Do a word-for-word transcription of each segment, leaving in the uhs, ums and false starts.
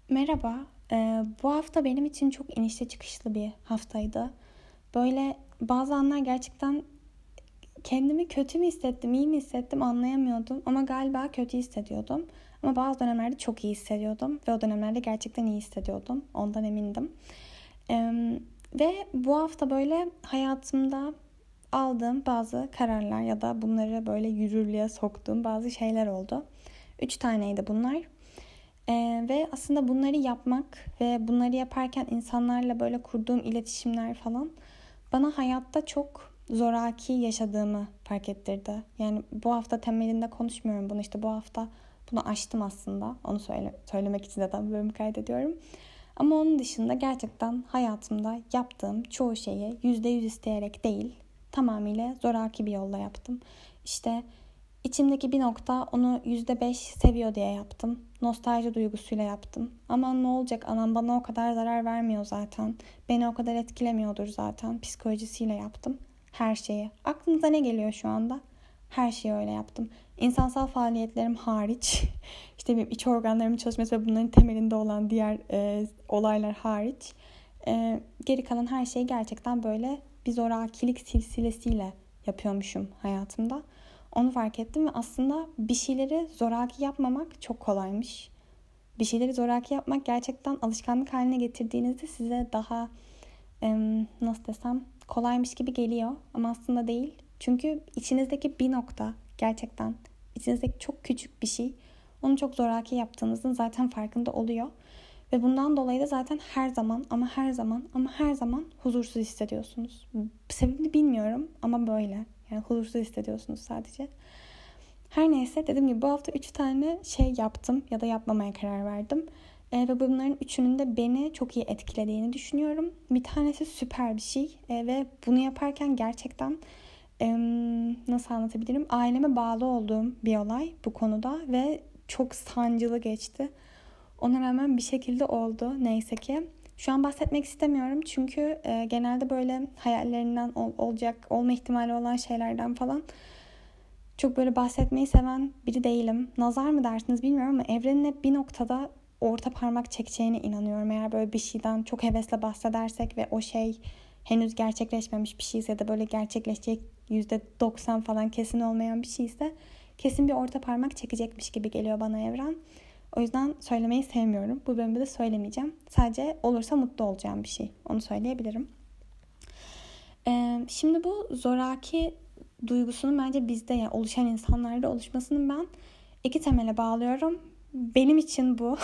Merhaba. Ee, bu hafta benim için çok inişli çıkışlı bir haftaydı. Böyle bazı anlar gerçekten kendimi kötü mü hissettim, iyi mi hissettim anlayamıyordum. Ama galiba kötü hissediyordum. Ama bazı dönemlerde çok iyi hissediyordum. Ve o dönemlerde gerçekten iyi hissediyordum. Ondan emindim. Ee, Ve bu hafta böyle hayatımda aldığım bazı kararlar ya da bunları böyle yürürlüğe soktuğum bazı şeyler oldu. Üç taneydi bunlar. Ee, ve aslında bunları yapmak ve bunları yaparken insanlarla böyle kurduğum iletişimler falan bana hayatta çok zoraki yaşadığımı fark ettirdi. Yani bu hafta temelinde konuşmuyorum bunu, işte bu hafta bunu aştım aslında. Onu söyle, söylemek için zaten bölümü kaydediyorum. Ama onun dışında gerçekten hayatımda yaptığım çoğu şeyi yüzde yüz isteyerek değil, tamamıyla zoraki bir yolla yaptım. İşte İçimdeki bir nokta onu yüzde beş seviyor diye yaptım. Nostalji duygusuyla yaptım. Aman ne olacak, anam bana o kadar zarar vermiyor zaten. Beni o kadar etkilemiyordur zaten. Psikolojisiyle yaptım. Her şeyi. Aklınıza ne geliyor şu anda? Her şeyi öyle yaptım. İnsansal faaliyetlerim hariç, işte benim iç organlarımın çalışması ve bunların temelinde olan diğer e, olaylar hariç, e, geri kalan her şeyi gerçekten böyle bir zorakilik silsilesiyle yapıyormuşum hayatımda. Onu fark ettim ve aslında bir şeyleri zoraki yapmamak çok kolaymış. Bir şeyleri zoraki yapmak gerçekten alışkanlık haline getirdiğinizde size daha nasıl desem kolaymış gibi geliyor ama aslında değil. Çünkü içinizdeki bir nokta, gerçekten içinizdeki çok küçük bir şey, onu çok zoraki yaptığınızın zaten farkında oluyor. Ve bundan dolayı da zaten her zaman ama her zaman ama her zaman huzursuz hissediyorsunuz. Sebebini bilmiyorum ama böyle. Yani huzursuz hissediyorsunuz sadece. Her neyse, dediğim gibi bu hafta üç tane şey yaptım ya da yapmamaya karar verdim. E, ve bunların üçünün de beni çok iyi etkilediğini düşünüyorum. Bir tanesi süper bir şey e, ve bunu yaparken gerçekten e, nasıl anlatabilirim? Aileme bağlı olduğum bir olay bu konuda ve çok sancılı geçti. Ona rağmen bir şekilde oldu neyse ki. Şu an bahsetmek istemiyorum çünkü e, genelde böyle hayallerinden ol, olacak, olma ihtimali olan şeylerden falan çok böyle bahsetmeyi seven biri değilim. Nazar mı dersiniz bilmiyorum ama evrenin hep bir noktada orta parmak çekeceğine inanıyorum. Eğer böyle bir şeyden çok hevesle bahsedersek ve o şey henüz gerçekleşmemiş bir şeyse ya da böyle gerçekleşecek yüzde doksan falan kesin olmayan bir şeyse kesin bir orta parmak çekecekmiş gibi geliyor bana evren. O yüzden söylemeyi sevmiyorum. Bu bölümde de söylemeyeceğim. Sadece olursa mutlu olacağım bir şey. Onu söyleyebilirim. Ee, şimdi bu zoraki duygusunun bence bizde, yani oluşan insanlarda oluşmasının ben iki temele bağlıyorum. Benim için bu.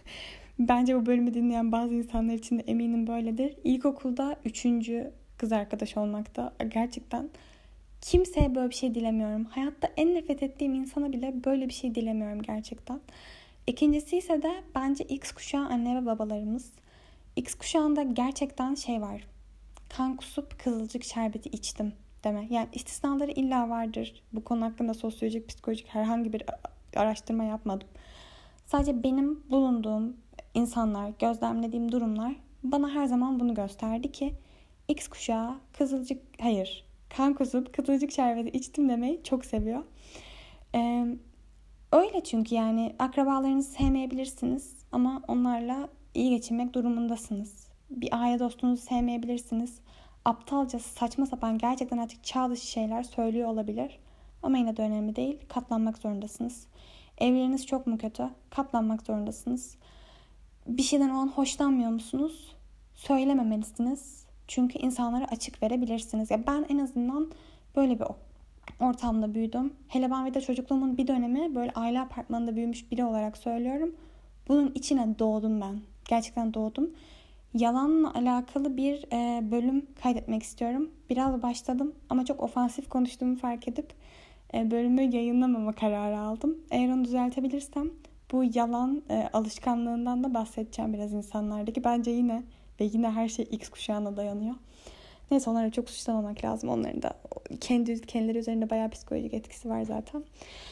Bence bu bölümü dinleyen bazı insanlar için de eminim böyledir. İlkokulda üçüncü kız arkadaş olmakta gerçekten kimseye böyle bir şey dilemiyorum. Hayatta en nefret ettiğim insana bile böyle bir şey dilemiyorum gerçekten. İkincisi ise de bence X kuşağı anne ve babalarımız. X kuşağında gerçekten şey var. Kan kusup kızılcık şerbeti içtim deme. Yani istisnaları illa vardır. Bu konu hakkında sosyolojik, psikolojik herhangi bir araştırma yapmadım. Sadece benim bulunduğum insanlar, gözlemlediğim durumlar bana her zaman bunu gösterdi ki X kuşağı kızılcık, hayır, kan kusup kızılcık şerbeti içtim demeyi çok seviyor. Ee, öyle çünkü yani akrabalarınızı sevmeyebilirsiniz ama onlarla iyi geçinmek durumundasınız. Bir aile dostunuzu sevmeyebilirsiniz. Aptalca, saçma sapan, gerçekten artık çağ dışı şeyler söylüyor olabilir. Ama yine de önemli değil. Katlanmak zorundasınız. Evleriniz çok mu kötü? Katlanmak zorundasınız. Bir şeyden o an hoşlanmıyor musunuz? Söylememelisiniz. Çünkü insanlara açık verebilirsiniz. Ya ben en azından böyle bir ortamda büyüdüm. Hele ben bir de çocukluğumun bir dönemi böyle aile apartmanında büyümüş biri olarak söylüyorum. Bunun içine doğdum ben. Gerçekten doğdum. Yalanla alakalı bir e, bölüm kaydetmek istiyorum. Biraz başladım ama çok ofansif konuştuğumu fark edip e, bölümü yayınlamama kararı aldım. Eğer onu düzeltebilirsem bu yalan e, alışkanlığından da bahsedeceğim biraz insanlardaki. Bence yine ve yine her şey X kuşağına dayanıyor. Neyse, onlara çok suçlamamak lazım. Onların da kendi kendileri üzerinde bayağı psikolojik etkisi var zaten.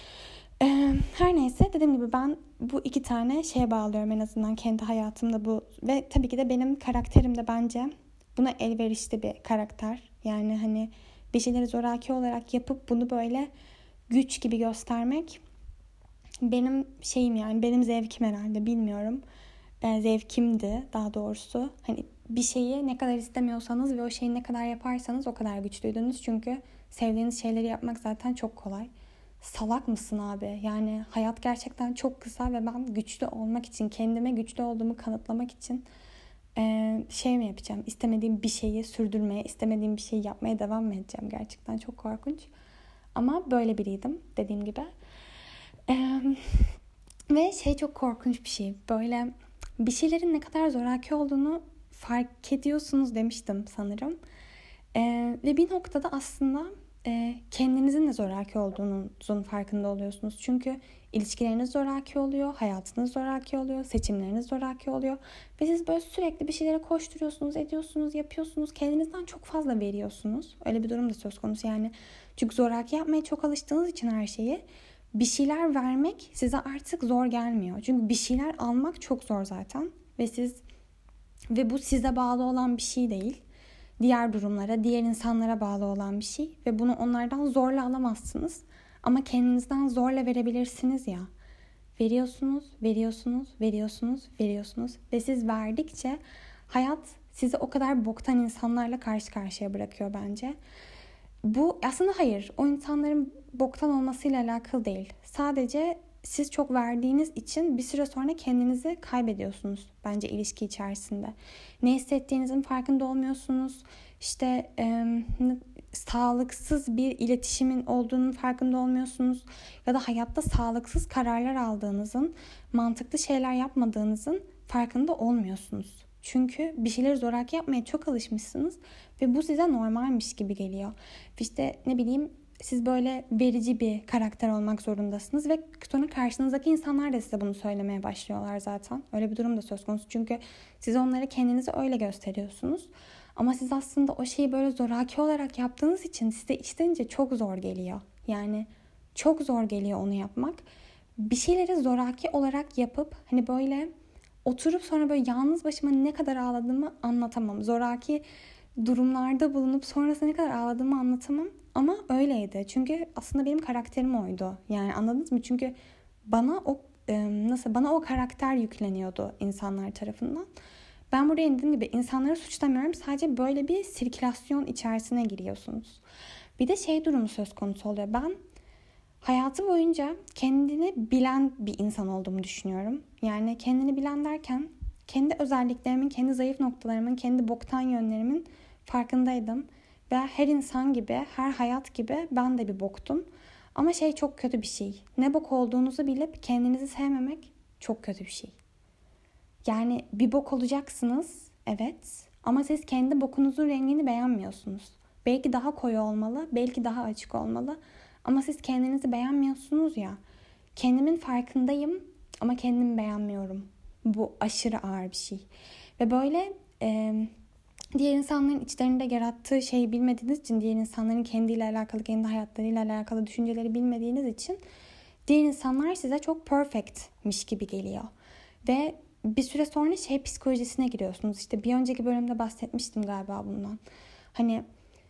Ee, her neyse, dediğim gibi ben bu iki tane şeye bağlıyorum en azından kendi hayatımda bu. Ve tabii ki de benim karakterim de bence buna elverişli bir karakter. Yani hani bir şeyleri zoraki olarak yapıp bunu böyle güç gibi göstermek benim şeyim, yani benim zevkim herhalde, bilmiyorum. e, zevkimdi daha doğrusu. Hani bir şeyi ne kadar istemiyorsanız ve o şeyi ne kadar yaparsanız o kadar güçlüydünüz. Çünkü sevdiğiniz şeyleri yapmak zaten çok kolay. Salak mısın abi? Yani hayat gerçekten çok kısa ve ben güçlü olmak için, kendime güçlü olduğumu kanıtlamak için e, şey mi yapacağım? İstemediğim bir şeyi sürdürmeye, istemediğim bir şeyi yapmaya devam mı edeceğim? Gerçekten çok korkunç. Ama böyle biriydim dediğim gibi. E, ve şey çok korkunç bir şey. Böyle bir şeylerin ne kadar zoraki olduğunu fark ediyorsunuz demiştim sanırım. Ee, ve bir noktada aslında e, kendinizin de zoraki olduğunuzun farkında oluyorsunuz. Çünkü ilişkileriniz zoraki oluyor, hayatınız zoraki oluyor, seçimleriniz zoraki oluyor. Ve siz böyle sürekli bir şeylere koşturuyorsunuz, ediyorsunuz, yapıyorsunuz. Kendinizden çok fazla veriyorsunuz. Öyle bir durum da söz konusu yani. Çünkü zoraki yapmaya çok alıştığınız için her şeyi, bir şeyler vermek size artık zor gelmiyor. Çünkü bir şeyler almak çok zor zaten. Ve siz ve bu size bağlı olan bir şey değil. Diğer durumlara, diğer insanlara bağlı olan bir şey. Ve bunu onlardan zorla alamazsınız. Ama kendinizden zorla verebilirsiniz ya. Veriyorsunuz, veriyorsunuz, veriyorsunuz, veriyorsunuz. Ve siz verdikçe hayat sizi o kadar boktan insanlarla karşı karşıya bırakıyor bence. Bu aslında hayır. O insanların boktan olmasıyla alakalı değil. Sadece siz çok verdiğiniz için bir süre sonra kendinizi kaybediyorsunuz bence ilişki içerisinde. Ne hissettiğinizin farkında olmuyorsunuz. İşte e, sağlıksız bir iletişimin olduğunun farkında olmuyorsunuz. Ya da hayatta sağlıksız kararlar aldığınızın, mantıklı şeyler yapmadığınızın farkında olmuyorsunuz. Çünkü bir şeyleri zoraki yapmaya çok alışmışsınız ve bu size normalmiş gibi geliyor. İşte ne bileyim, siz böyle verici bir karakter olmak zorundasınız ve sonra karşınızdaki insanlar da size bunu söylemeye başlıyorlar zaten. Öyle bir durum da söz konusu. Çünkü siz onlara kendinizi öyle gösteriyorsunuz. Ama siz aslında o şeyi böyle zoraki olarak yaptığınız için size içtenince çok zor geliyor. Yani çok zor geliyor onu yapmak. Bir şeyleri zoraki olarak yapıp hani böyle oturup sonra böyle yalnız başıma ne kadar ağladığımı anlatamam. Zoraki durumlarda bulunup sonrasında ne kadar ağladığımı anlatamam. Ama öyleydi. Çünkü aslında benim karakterim oydu. Yani anladınız mı? Çünkü bana o nasıl bana o karakter yükleniyordu insanlar tarafından. Ben buraya indiğim gibi insanları suçlamıyorum. Sadece böyle bir sirkülasyon içerisine giriyorsunuz. Bir de şey durumu söz konusu oluyor. Ben hayatı boyunca kendini bilen bir insan olduğumu düşünüyorum. Yani kendini bilen derken kendi özelliklerimin, kendi zayıf noktalarımın, kendi boktan yönlerimin farkındaydım. Ve her insan gibi, her hayat gibi ben de bir boktum. Ama şey çok kötü bir şey. Ne bok olduğunuzu bilip kendinizi sevmemek çok kötü bir şey. Yani bir bok olacaksınız, evet. Ama siz kendi bokunuzun rengini beğenmiyorsunuz. Belki daha koyu olmalı, belki daha açık olmalı. Ama siz kendinizi beğenmiyorsunuz ya. Kendimin farkındayım ama kendimi beğenmiyorum. Bu aşırı ağır bir şey. Ve böyle e, diğer insanların içlerinde yarattığı şeyi bilmediğiniz için, diğer insanların kendiyle alakalı, kendi hayatlarıyla alakalı düşünceleri bilmediğiniz için diğer insanlar size çok perfectmiş gibi geliyor. Ve bir süre sonra şey psikolojisine giriyorsunuz. İşte bir önceki bölümde bahsetmiştim galiba bundan. Hani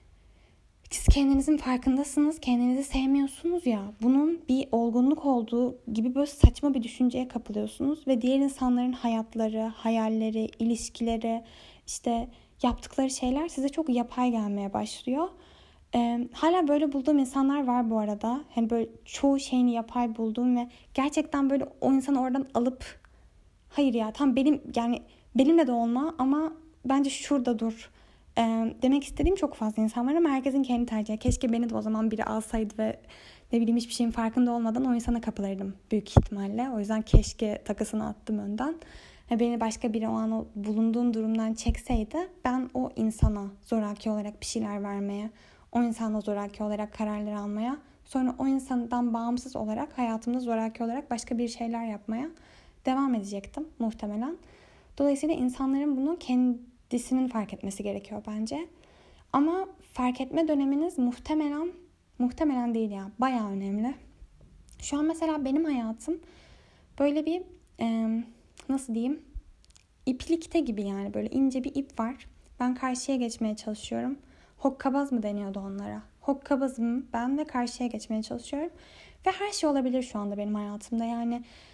siz kendinizin farkındasınız, kendinizi sevmiyorsunuz ya. Bunun bir olgunluk olduğu gibi böyle saçma bir düşünceye kapılıyorsunuz. Ve diğer insanların hayatları, hayalleri, ilişkileri, işte yaptıkları şeyler size çok yapay gelmeye başlıyor. Ee, hala böyle bulduğum insanlar var bu arada. Hani böyle çoğu şeyini yapay bulduğum ve gerçekten böyle o insanı oradan alıp hayır ya tam benim yani benimle de olma ama bence şurada dur ee, demek istediğim çok fazla insan var ama herkesin kendi tercihi. Keşke beni de o zaman biri alsaydı ve ne bileyim hiçbir şeyin farkında olmadan o insana kapılırdım büyük ihtimalle. O yüzden keşke takısını attım önden. Beni başka biri o an o bulunduğum durumdan çekseydi ben o insana zoraki olarak bir şeyler vermeye, o insana zoraki olarak kararlar almaya, sonra o insandan bağımsız olarak hayatımda zoraki olarak başka bir şeyler yapmaya devam edecektim muhtemelen. Dolayısıyla insanların bunu kendisinin fark etmesi gerekiyor bence. Ama fark etme döneminiz muhtemelen muhtemelen değil ya, bayağı önemli. Şu an mesela benim hayatım böyle bir e, nasıl diyeyim, iplikte gibi, yani böyle ince bir ip var. Ben karşıya geçmeye çalışıyorum. Hokkabaz mı deniyordu onlara? Hokkabazım ben ve karşıya geçmeye çalışıyorum. Ve her şey olabilir şu anda benim hayatımda. Yani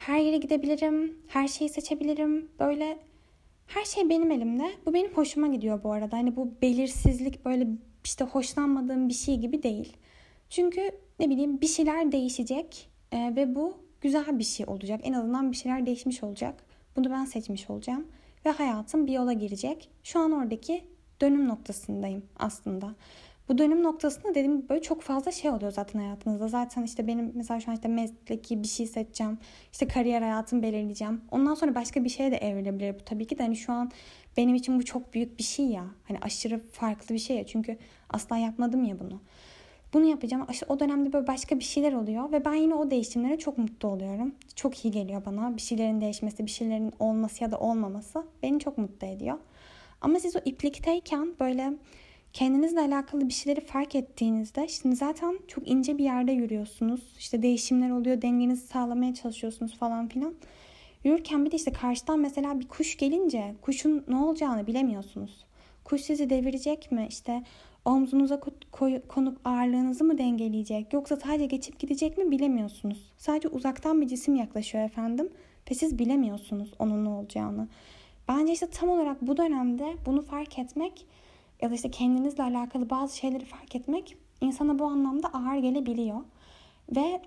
Her yere gidebilirim, her şeyi seçebilirim. Böyle her şey benim elimde. Bu benim hoşuma gidiyor bu arada. Hani bu belirsizlik böyle işte hoşlanmadığım bir şey gibi değil. Çünkü ne bileyim bir şeyler değişecek e, ve bu güzel bir şey olacak. En azından bir şeyler değişmiş olacak. Bunu ben seçmiş olacağım. Ve hayatım bir yola girecek. Şu an oradaki dönüm noktasındayım aslında. Bu dönüm noktasında dediğim gibi böyle çok fazla şey oluyor zaten hayatınızda. Zaten işte benim mesela şu an işte mesleki bir şey seçeceğim. İşte kariyer hayatımı belirleyeceğim. Ondan sonra başka bir şeye de evrilebilir bu tabii ki de. Hani şu an benim için bu çok büyük bir şey ya. Hani aşırı farklı bir şey ya. Çünkü asla yapmadım ya bunu. Bunu yapacağım. İşte o dönemde böyle başka bir şeyler oluyor ve ben yine o değişimlere çok mutlu oluyorum. Çok iyi geliyor bana. Bir şeylerin değişmesi, bir şeylerin olması ya da olmaması beni çok mutlu ediyor. Ama siz o iplikteyken böyle kendinizle alakalı bir şeyleri fark ettiğinizde şimdi zaten çok ince bir yerde yürüyorsunuz. İşte değişimler oluyor, dengenizi sağlamaya çalışıyorsunuz falan filan. Yürürken bir de işte karşıdan mesela bir kuş gelince kuşun ne olacağını bilemiyorsunuz. Kuş sizi devirecek mi? İşte omzunuza konup ağırlığınızı mı dengeleyecek? Yoksa sadece geçip gidecek mi bilemiyorsunuz. Sadece uzaktan bir cisim yaklaşıyor efendim ve siz bilemiyorsunuz onun ne olacağını. Bence işte tam olarak bu dönemde bunu fark etmek ya da işte kendinizle alakalı bazı şeyleri fark etmek insana bu anlamda ağır gelebiliyor. Ve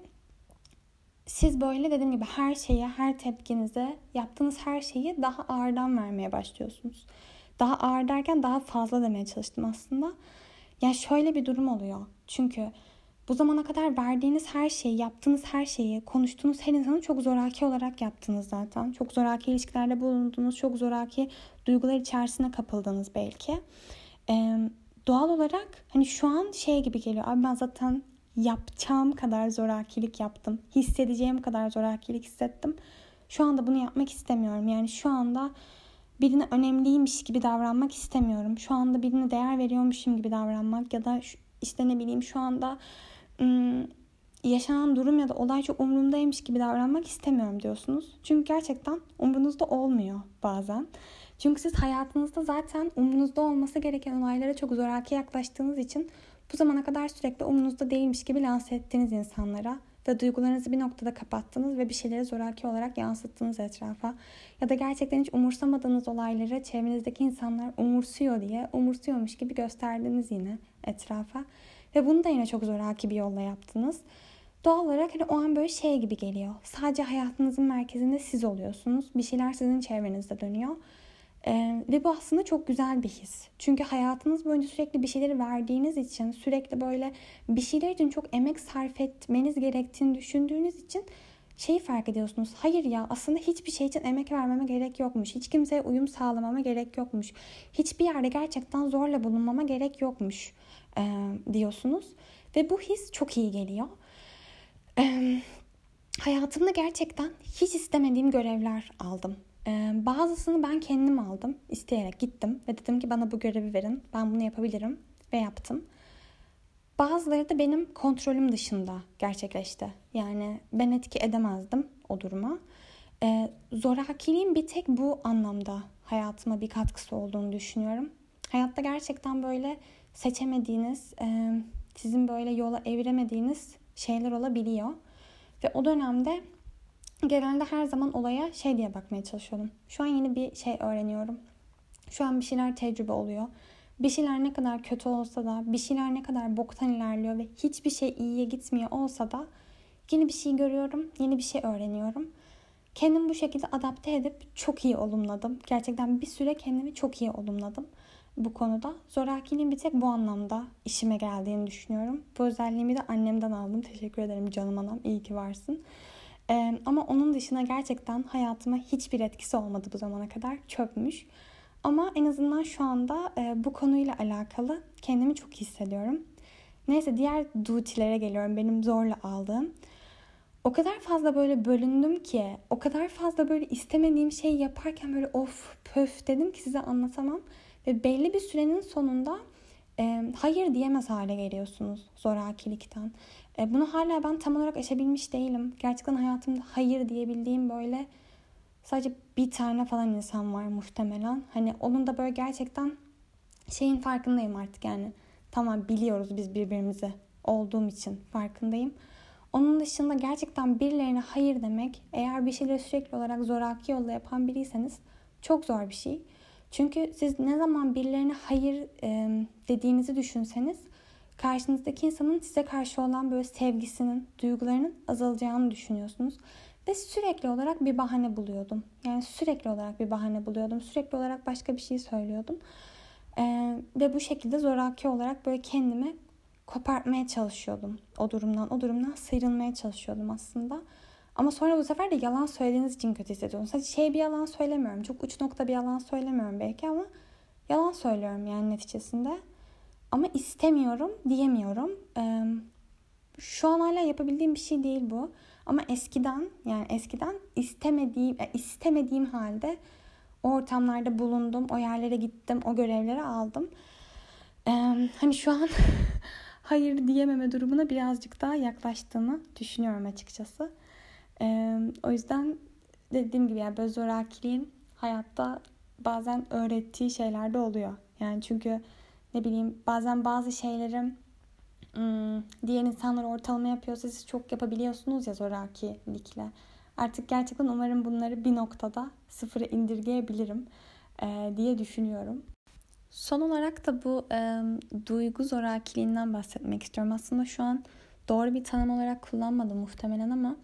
siz böyle dediğim gibi her şeye, her tepkinize, yaptığınız her şeyi daha ağırdan vermeye başlıyorsunuz. Daha ağır derken daha fazla demeye çalıştım aslında. Yani şöyle bir durum oluyor. Çünkü bu zamana kadar verdiğiniz her şeyi, yaptığınız her şeyi, konuştuğunuz her insanı çok zoraki olarak yaptınız zaten. Çok zoraki ilişkilerde bulundunuz, çok zoraki duygular içerisine kapıldınız belki. Ee, doğal olarak hani şu an şey gibi geliyor. Abi ben zaten yapacağım kadar zorakilik yaptım. Hissedeceğim kadar zorakilik hissettim. Şu anda bunu yapmak istemiyorum. Yani şu anda birine önemliymiş gibi davranmak istemiyorum. Şu anda birine değer veriyormuşum gibi davranmak ya da işte ne bileyim şu anda ım, yaşanan durum ya da olay çok umurumdaymış gibi davranmak istemiyorum diyorsunuz. Çünkü gerçekten umurunuzda olmuyor bazen. Çünkü siz hayatınızda zaten umurunuzda olması gereken olaylara çok zoraki yaklaştığınız için bu zamana kadar sürekli umurunuzda değilmiş gibi lanse ettiğiniz insanlara ve duygularınızı bir noktada kapattınız ve bir şeyleri zoraki olarak yansıttınız etrafa. Ya da gerçekten hiç umursamadığınız olayları çevrenizdeki insanlar umursuyor diye umursuyormuş gibi gösterdiniz yine etrafa. Ve bunu da yine çok zoraki bir yolla yaptınız. Doğal olarak hani o an böyle şey gibi geliyor. Sadece hayatınızın merkezinde siz oluyorsunuz. Bir şeyler sizin çevrenizde dönüyor. Ee, ve bu aslında çok güzel bir his. Çünkü hayatınız boyunca sürekli bir şeyleri verdiğiniz için, sürekli böyle bir şeyler için çok emek sarf etmeniz gerektiğini düşündüğünüz için şeyi fark ediyorsunuz. Hayır ya aslında hiçbir şey için emek vermeme gerek yokmuş. Hiç kimseye uyum sağlamama gerek yokmuş. Hiçbir yerde gerçekten zorla bulunmama gerek yokmuş ee, diyorsunuz. Ve bu his çok iyi geliyor. Ee, hayatımda gerçekten hiç istemediğim görevler aldım. Ee, bazısını ben kendim aldım. İsteyerek gittim ve dedim ki bana bu görevi verin. Ben bunu yapabilirim ve yaptım. Bazıları da benim kontrolüm dışında gerçekleşti. Yani ben etki edemezdim o duruma. Ee, zorakiliğin bir tek bu anlamda hayatıma bir katkısı olduğunu düşünüyorum. Hayatta gerçekten böyle seçemediğiniz, e, sizin böyle yola eviremediğiniz şeyler olabiliyor. Ve o dönemde genelde her zaman olaya şey diye bakmaya çalışıyordum. Şu an yeni bir şey öğreniyorum. Şu an bir şeyler tecrübe oluyor. Bir şeyler ne kadar kötü olsa da, bir şeyler ne kadar boktan ilerliyor ve hiçbir şey iyiye gitmiyor olsa da yeni bir şey görüyorum, yeni bir şey öğreniyorum. Kendimi bu şekilde adapte edip çok iyi olumladım. Gerçekten bir süre kendimi çok iyi olumladım bu konuda. Zorakiliğin bir tek bu anlamda işime geldiğini düşünüyorum. Bu özelliğimi de annemden aldım. Teşekkür ederim canım anam. İyi ki varsın. Ee, ama onun dışında gerçekten hayatıma hiçbir etkisi olmadı bu zamana kadar. Çökmüş. Ama en azından şu anda e, bu konuyla alakalı kendimi çok hissediyorum. Neyse diğer dutilere geliyorum. Benim zorla aldığım. O kadar fazla böyle bölündüm ki, o kadar fazla böyle istemediğim şeyi yaparken böyle of pöf dedim ki size anlatamam. Ve belli bir sürenin sonunda e, hayır diyemez hale geliyorsunuz zorakilikten. E, bunu hala ben tam olarak aşabilmiş değilim. Gerçekten hayatımda hayır diyebildiğim böyle sadece bir tane falan insan var muhtemelen. Hani onun da böyle gerçekten şeyin farkındayım artık yani. Tamam biliyoruz biz birbirimizi olduğum için farkındayım. Onun dışında gerçekten birilerine hayır demek, eğer bir şeyleri sürekli olarak zoraki yolla yapan biriyseniz çok zor bir şey. Çünkü siz ne zaman birilerine hayır e, dediğinizi düşünseniz karşınızdaki insanın size karşı olan böyle sevgisinin, duygularının azalacağını düşünüyorsunuz. Ve sürekli olarak bir bahane buluyordum. Yani sürekli olarak bir bahane buluyordum. Sürekli olarak başka bir şey söylüyordum. Ee, ve bu şekilde zoraki olarak böyle kendimi kopartmaya çalışıyordum o durumdan. O durumdan sıyrılmaya çalışıyordum aslında. Ama sonra bu sefer de yalan söylediğiniz için kötü hissediyorsunuz. Sadece şey bir yalan söylemiyorum. Çok uç nokta bir yalan söylemiyorum belki ama yalan söylüyorum yani neticesinde. Ama istemiyorum diyemiyorum. Ee, şu an hala yapabildiğim bir şey değil bu. Ama eskiden yani eskiden istemediğim istemediğim halde o ortamlarda bulundum, o yerlere gittim, o görevleri aldım. Ee, hani şu an hayır diyememe durumuna birazcık daha yaklaştığını düşünüyorum açıkçası. Ee, o yüzden dediğim gibi yani böyle zorakiliğin hayatta bazen öğrettiği şeyler de oluyor. Yani çünkü ne bileyim bazen bazı şeyleri Hmm, diğer insanlar ortalama yapıyorsa siz çok yapabiliyorsunuz ya zorakilikle. Artık gerçekten umarım bunları bir noktada sıfıra indirgeyebilirim e, diye düşünüyorum. Son olarak da bu e, duygu zorakiliğinden bahsetmek istiyorum. Aslında şu an doğru bir tanım olarak kullanmadım muhtemelen ama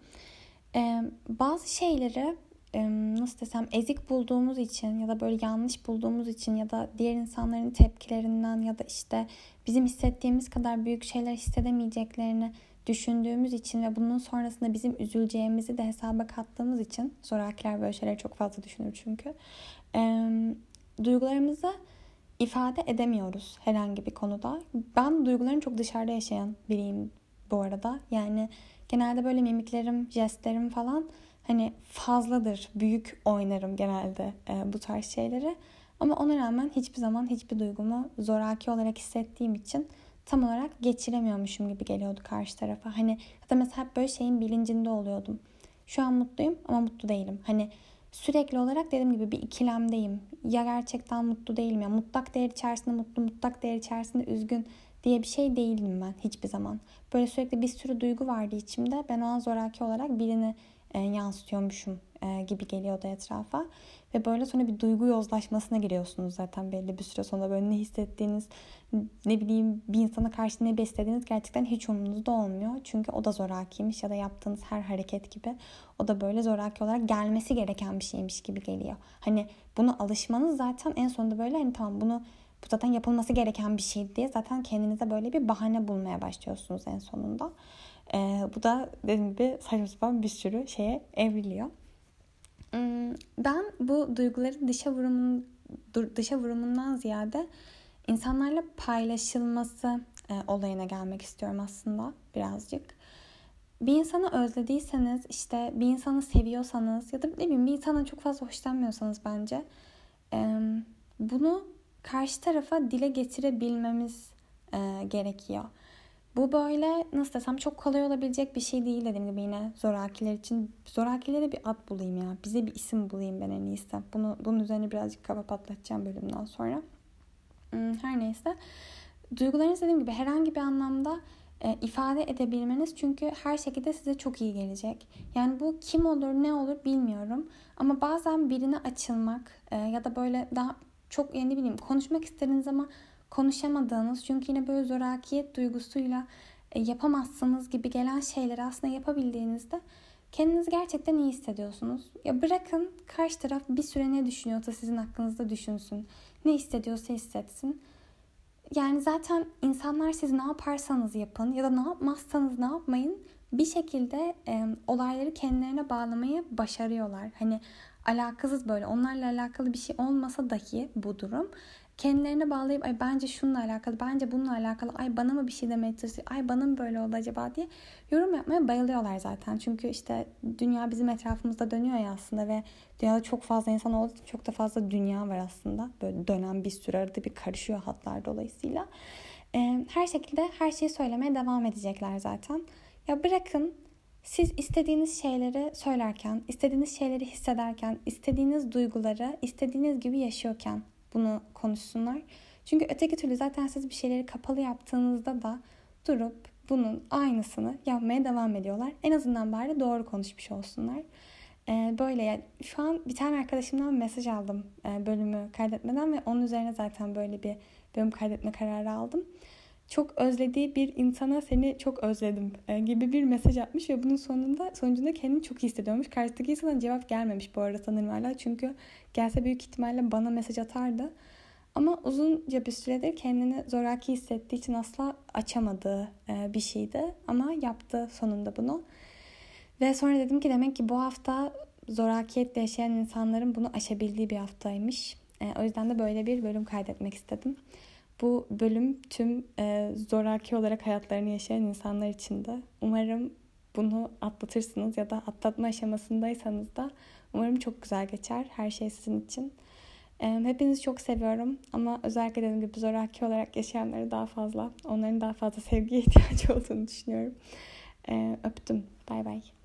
e, bazı şeyleri e, nasıl desem ezik bulduğumuz için ya da böyle yanlış bulduğumuz için ya da diğer insanların tepkilerinden ya da işte bizim hissettiğimiz kadar büyük şeyler hissedemeyeceklerini düşündüğümüz için ve bunun sonrasında bizim üzüleceğimizi de hesaba kattığımız için zorakiler böyle şeyleri çok fazla düşünür çünkü e, duygularımızı ifade edemiyoruz herhangi bir konuda. Ben duygularını çok dışarıda yaşayan biriyim bu arada. Yani genelde böyle mimiklerim, jestlerim falan hani fazladır. Büyük oynarım genelde e, bu tarz şeyleri. Ama ona rağmen hiçbir zaman hiçbir duygumu zoraki olarak hissettiğim için tam olarak geçiremiyormuşum gibi geliyordu karşı tarafa. Hani hatta mesela hep böyle şeyin bilincinde oluyordum. Şu an mutluyum ama mutlu değilim. Hani sürekli olarak dediğim gibi bir ikilemdeyim. Ya gerçekten mutlu değilim ya. Mutlak değer içerisinde mutlu, mutlak değer içerisinde üzgün diye bir şey değildim ben hiçbir zaman. Böyle sürekli bir sürü duygu vardı içimde. Ben o an zoraki olarak birini e, yansıtıyormuşum e, gibi geliyordu etrafa. Ve böyle sonra bir duygu yozlaşmasına giriyorsunuz zaten belli bir süre sonra. Böyle ne hissettiğiniz, ne bileyim bir insana karşı ne beslediğiniz gerçekten hiç umurunuzda olmuyor. Çünkü o da zorakiymiş ya da yaptığınız her hareket gibi o da böyle zoraki olarak gelmesi gereken bir şeymiş gibi geliyor. Hani bunu alışmanız zaten en sonunda böyle hani tamam bunu bu zaten yapılması gereken bir şey diye zaten kendinize böyle bir bahane bulmaya başlıyorsunuz en sonunda. Ee, bu da dediğim gibi saçma sapan bir sürü şeye evriliyor. Ben bu duyguların dışa vurumun dışa vurumundan ziyade insanlarla paylaşılması e, olayına gelmek istiyorum aslında birazcık. Bir insanı özlediyseniz, işte bir insanı seviyorsanız ya da ne bileyim bir insandan çok fazla hoşlanmıyorsanız bence e, bunu karşı tarafa dile getirebilmemiz e, gerekiyor. Bu böyle nasıl desem çok kolay olabilecek bir şey değil dediğim gibi yine zorakiler için. Zorakilere bir ad bulayım ya. Bize bir isim bulayım ben en iyisi. Bunu, bunun üzerine birazcık kafa patlatacağım bölümden sonra. Her neyse. Duygularınız dediğim gibi herhangi bir anlamda e, ifade edebilmeniz çünkü her şekilde size çok iyi gelecek. Yani bu kim olur ne olur bilmiyorum. Ama bazen birine açılmak e, ya da böyle daha çok yani ne bileyim konuşmak istediğiniz ama konuşamadığınız çünkü yine böyle zorakiyet duygusuyla e, yapamazsınız gibi gelen şeyleri aslında yapabildiğinizde kendinizi gerçekten iyi hissediyorsunuz. Ya bırakın karşı taraf bir süre ne düşünüyorsa sizin hakkınızda düşünsün. Ne hissediyorsa hissetsin. Yani zaten insanlar siz ne yaparsanız yapın ya da ne yapmazsanız ne yapmayın bir şekilde e, olayları kendilerine bağlamayı başarıyorlar. Hani alakasız böyle onlarla alakalı bir şey olmasa dahi bu durum kendilerine bağlayıp ay bence şununla alakalı, bence bununla alakalı, ay bana mı bir şey demeye çalışıyor, ay bana mı böyle oldu acaba diye yorum yapmaya bayılıyorlar zaten. Çünkü işte dünya bizim etrafımızda dönüyor ya aslında ve dünyada çok fazla insan olduğu için çok da fazla dünya var aslında. Böyle dönen bir sürü arada bir karışıyor hatlar dolayısıyla. Ee, her şekilde her şeyi söylemeye devam edecekler zaten. Ya bırakın siz istediğiniz şeyleri söylerken, istediğiniz şeyleri hissederken, istediğiniz duyguları istediğiniz gibi yaşıyorken bunu konuşsunlar. Çünkü öteki türlü zaten siz bir şeyleri kapalı yaptığınızda da durup bunun aynısını yapmaya devam ediyorlar. En azından bari doğru konuşmuş olsunlar. Ee, böyle yani şu an bir tane arkadaşımdan mesaj aldım e, bölümü kaydetmeden ve onun üzerine zaten böyle bir bölüm kaydetme kararı aldım. Çok özlediği bir insana seni çok özledim e, gibi bir mesaj atmış ve bunun sonunda sonucunda kendini çok iyi hissediyormuş. Karşıdaki insana cevap gelmemiş bu arada sanırım hala. Çünkü gelse büyük ihtimalle bana mesaj atardı. Ama uzunca bir süredir kendini zoraki hissettiği için asla açamadığı e, bir şeydi. Ama yaptı sonunda bunu. Ve sonra dedim ki demek ki bu hafta zorakiyetle yaşayan insanların bunu aşabildiği bir haftaymış. E, o yüzden de böyle bir bölüm kaydetmek istedim. Bu bölüm tüm e, zoraki olarak hayatlarını yaşayan insanlar için de. Umarım bunu atlatırsınız ya da atlatma aşamasındaysanız da umarım çok güzel geçer her şey sizin için. E, hepinizi çok seviyorum ama özellikle dediğim gibi zoraki olarak yaşayanları daha fazla, onların daha fazla sevgiye ihtiyacı olduğunu düşünüyorum. E, öptüm. Bay bay.